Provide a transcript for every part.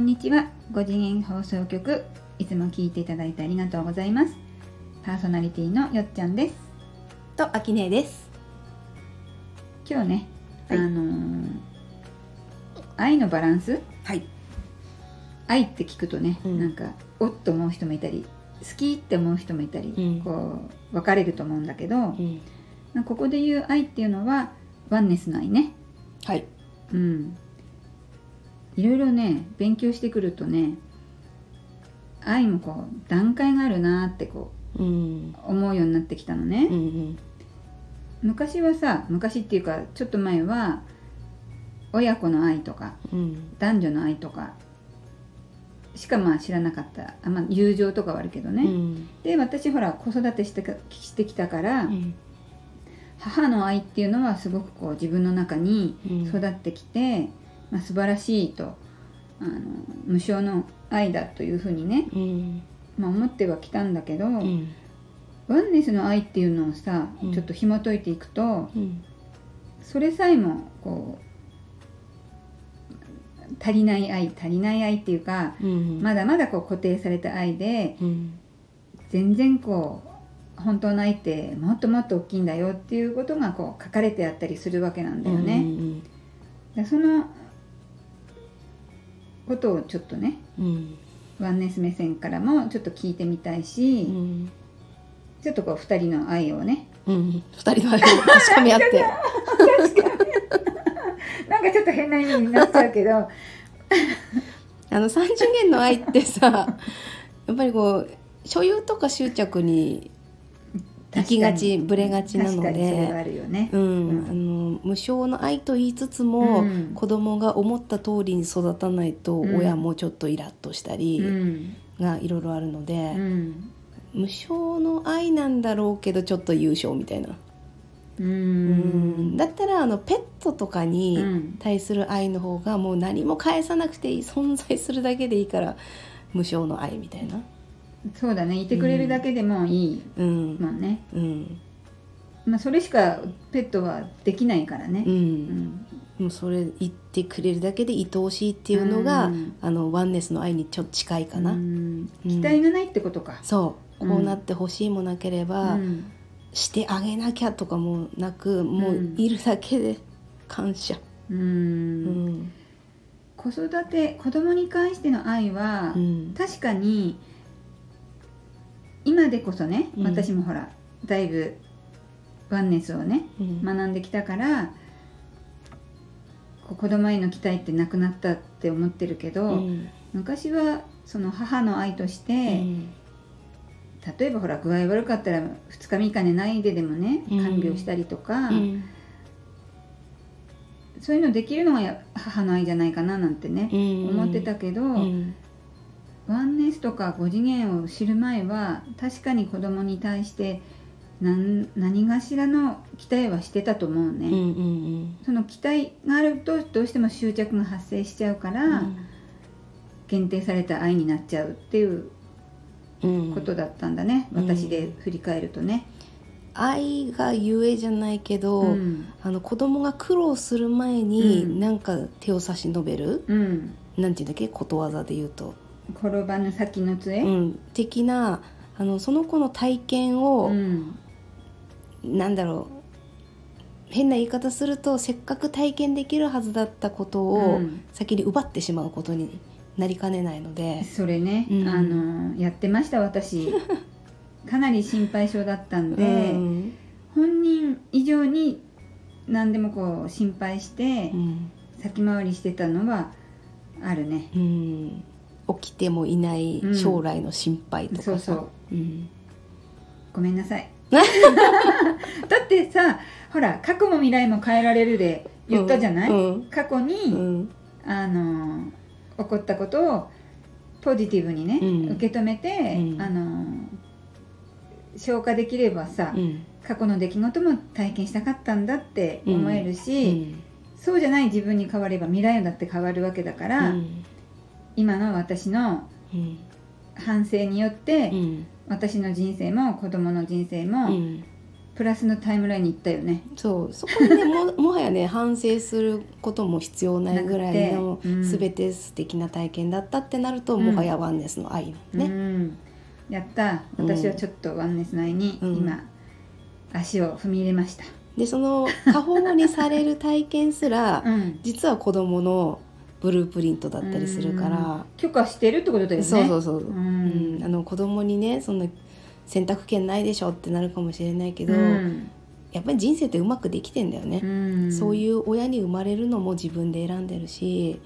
にちは。5次元放送局、いつも聞いていただいてありがとうございます。パーソナリティのよっちゃんですとあきねえです。 今日ね、 はい、 愛のバランス、 はい、 愛って聞くとね、なんかおっと思う人もいたり、好きって思う人もいたり、こう分かれると思うんだけど、ここで言う愛っていうのはワンネスの愛ね。 はい、 いろいろね勉強してくるとね、愛もこう段階があるなってこう、思うようになってきたのね。昔はさ、昔っていうかちょっと前は親子の愛とか、男女の愛とかしかまあ知らなかった。友情とかはあるけどね、で私ほら子育てしてきたから、母の愛っていうのはすごくこう自分の中に育ってきて、素晴らしいと、無償の愛だというふうにね、思ってはきたんだけど、ワンネスの愛っていうのをさ、ちょっと紐解いていくと、それさえもこう足りない愛っていうか、まだまだこう固定された愛で、全然こう本当の愛ってもっともっと大きいんだよっていうことがこう書かれてあったりするわけなんだよね。そのことをちょっとね、ワンネス目線からもちょっと聞いてみたいし、ちょっとこう2人の愛をね、 2人の愛を確かめ合ってなんかちょっと変な意味になっちゃうけど 3次元の愛ってさ、やっぱりこう所有とか執着に行きがち、ぶれがちなので、 確かにそれはあるよね。 無償の愛と言いつつも、子供が思った通りに育たないと、親もちょっとイラッとしたりがいろいろあるので、無償の愛なんだろうけどちょっと優勝みたいな。だったらペットとかに対する愛の方がもう何も返さなくていい、存在するだけでいいから無償の愛みたいな。 そうだね、いてくれるだけでもいいもんね。それしかペットはできないからね。 もうそれ言ってくれるだけで愛おしいっていうのが、ワンネスの愛にちょっと近いかな。 期待がないってことか。 そう、こうなってほしいもなければ、してあげなきゃとかもなく、もういるだけで感謝。 子育て、子供に関しての愛は、確かに今でこそね、私もほらだいぶワンネスをね、学んできたから、子供への期待ってなくなったって思ってるけど、昔はその母の愛として、例えばほら具合悪かったら2日3日寝ないででもね、看病したりとか、そういうのできるのが母の愛じゃないかななんてね、思ってたけど、ワンネスとか5次元を知る前は確かに子供に対して何がしらの期待はしてたと思うね。その期待があるとどうしても執着が発生しちゃうから、限定された愛になっちゃうっていうことだったんだね、私で振り返るとね。 愛がゆえじゃないけど、子供が苦労する前になんか手を差し伸べる、なんていうんだっけ、ことわざで言うと転ばぬ先の杖、 的な、その子の体験を、なんだろう、変な言い方すると、せっかく体験できるはずだったことを先に奪ってしまうことになりかねないので。 それね、やってました私。かなり心配性だったんで、本人以上に何でもこう心配して先回りしてたのはあるね。 起きてもいない将来の心配とかさ、 そう、ごめんなさいだってさ、ほら過去も未来も変えられるで言ったじゃない、過去に、起こったことをポジティブにね、受け止めて、消化できればさ、過去の出来事も体験したかったんだって思えるし、そうじゃない自分に変われば未来だって変わるわけだから、今の私の反省によって、私の人生も子供の人生もプラスのタイムラインに行ったよね。 そうそこでねもはやね反省することも必要ないぐらいの全て素敵な体験だったってなると、もはやワンネスの愛なのね、 やった。私はちょっとワンネスの愛に今、足を踏み入れました。 でその過保護にされる体験すら、実は子供のブループリントだったりするから、 許可してるってことだよね。 そう子供にねそんな選択権ないでしょってなるかもしれないけど、やっぱり人生ってうまくできてんだよね、そういう親に生まれるのも自分で選んでるし、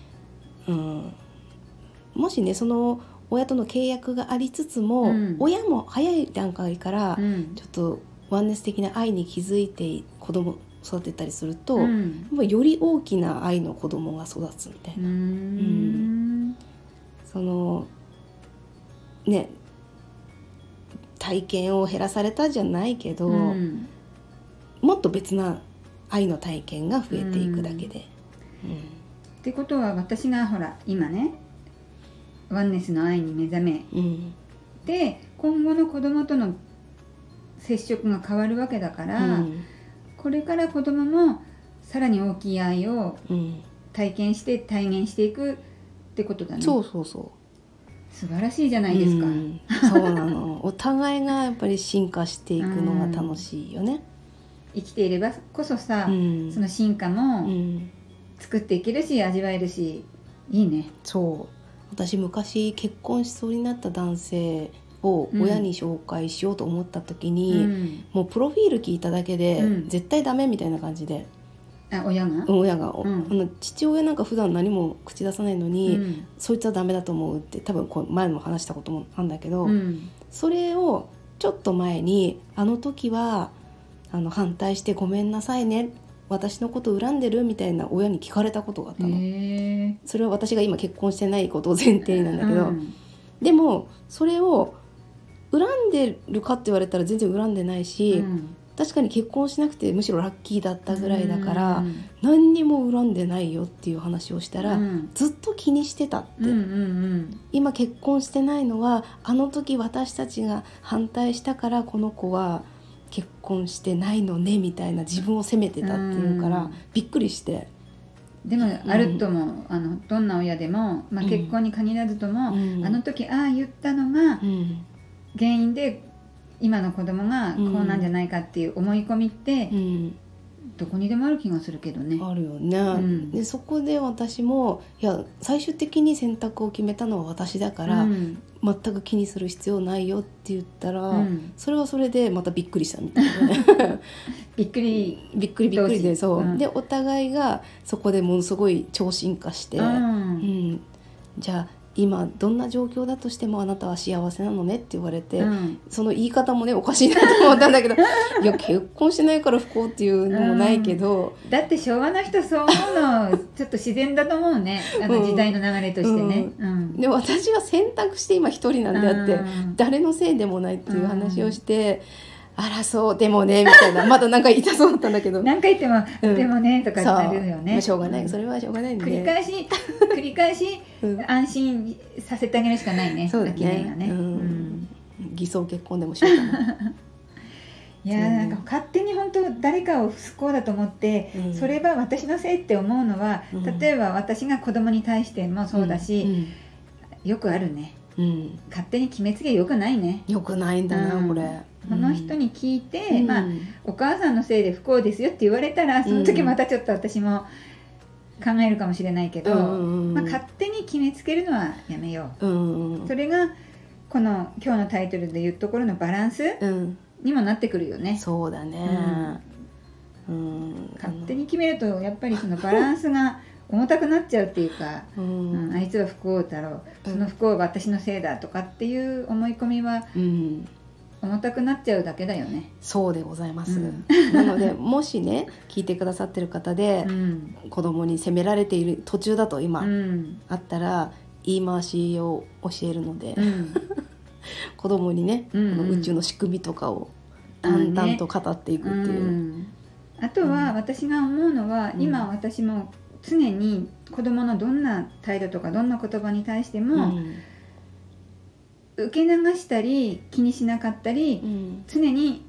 もしねその親との契約がありつつも、親も早い段階からちょっとワンネス的な愛に気づいて子供を育てたりすると、より大きな愛の子供が育つみたいな、そのね体験を減らされたじゃないけど、もっと別な愛の体験が増えていくだけで、 ってことは私がほら今ねワンネスの愛に目覚め、で今後の子供との接触が変わるわけだから、これから子供もさらに大きい愛を体験して体現していくってことだね。 そう素晴らしいじゃないですか、 そうなのお互いがやっぱり進化していくのが楽しいよね、 生きていればこそさ、その進化も作っていけるし味わえるしいいね。 そう私昔結婚しそうになった男性を親に紹介しようと思った時に、もうプロフィール聞いただけで、絶対ダメみたいな感じで、 親が、 父親なんか普段何も口出さないのに、そいつはダメだと思うって多分前も話したこともあるんだけど、それをちょっと前にあの時は反対してごめんなさいね私のこと恨んでるみたいな親に聞かれたことがあったの。それは私が今結婚してないことを前提なんだけど、でもそれを恨んでるかって言われたら全然恨んでないし、確かに結婚しなくてむしろラッキーだったぐらいだから、何にも恨んでないよっていう話をしたら、ずっと気にしてたって、今結婚してないのはあの時私たちが反対したからこの子は結婚してないのねみたいな自分を責めてたっていうから、びっくりして。 でもあるとも、どんな親でも、結婚に限らずとも、あの時ああ言ったのが原因で今の子供がこうなんじゃないかっていう思い込みって、どこにでもある気がするけどね。 あるよね、でそこで私もいや最終的に選択を決めたのは私だから、全く気にする必要ないよって言ったら、それはそれでまたびっくりしたみたいなびっくりで、でお互いがそこでものすごい超進化して、じゃあ今どんな状況だとしてもあなたは幸せなのねって言われて、その言い方もねおかしいなと思ったんだけどいや結婚してないから不幸っていうのもないけど、 だって昭和の人そう思うのちょっと自然だと思うね、時代の流れとしてね、 で私は選択して今一人なんであって、誰のせいでもないっていう話をして、あらそうでもねみたいなまだなんか言いたそうだったんだけど何回言っても、でもねとかなるよね。 しょうがない、それはしょうがないんで繰り返し安心させてあげるしかないね。 そうだね、偽装結婚でもしようかないやなんか勝手に本当誰かを不幸だと思って、それは私のせいって思うのは、例えば私が子供に対してもそうだし、よくあるね、勝手に決めつけよくないね。 よくないんだな、これ。 この人に聞いて、お母さんのせいで不幸ですよって言われたら、その時またちょっと私も考えるかもしれないけど、勝手に決めつけるのはやめよう、それがこの今日のタイトルで言うところのバランスにもなってくるよね。 そうだね、 勝手に決めるとやっぱりそのバランスが重たくなっちゃうっていうか、あいつは不幸だろう、その不幸は私のせいだとかっていう思い込みは、重たくなっちゃうだけだよね。 そうでございます、なのでもしね聞いてくださってる方で、子供に責められている途中だと今、あったら言い回しを教えるので、子供にね、この宇宙の仕組みとかを淡々と語っていくっていう、 あとは私が思うのは、今私も常に子供のどんな態度とかどんな言葉に対しても、受け流したり気にしなかったり、常に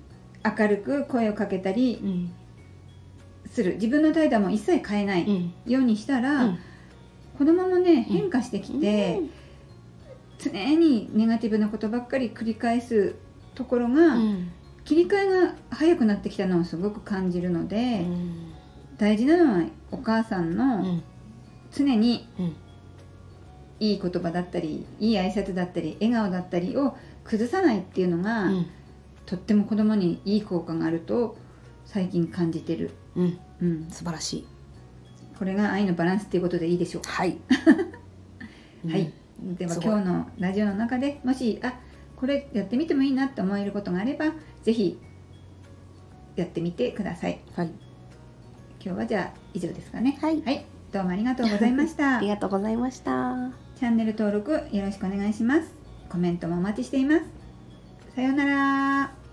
明るく声をかけたりする、自分の態度も一切変えないようにしたら、子供もね変化してきて、常にネガティブなことばっかり繰り返すところが、切り替えが早くなってきたのをすごく感じるので、大事なのはお母さんの常にいい言葉だったり、いい挨拶だったり、笑顔だったりを崩さないっていうのが、とっても子供にいい効果があると最近感じてる。 素晴らしい。 これが愛のバランスっていうことでいいでしょうか。はい、はい、では今日のラジオの中でもしこれやってみてもいいなって思えることがあれば、ぜひやってみてください。今日はじゃあ以上ですかね。どうもありがとうございましたありがとうございました。 チャンネル登録よろしくお願いします。コメントもお待ちしています。さようなら。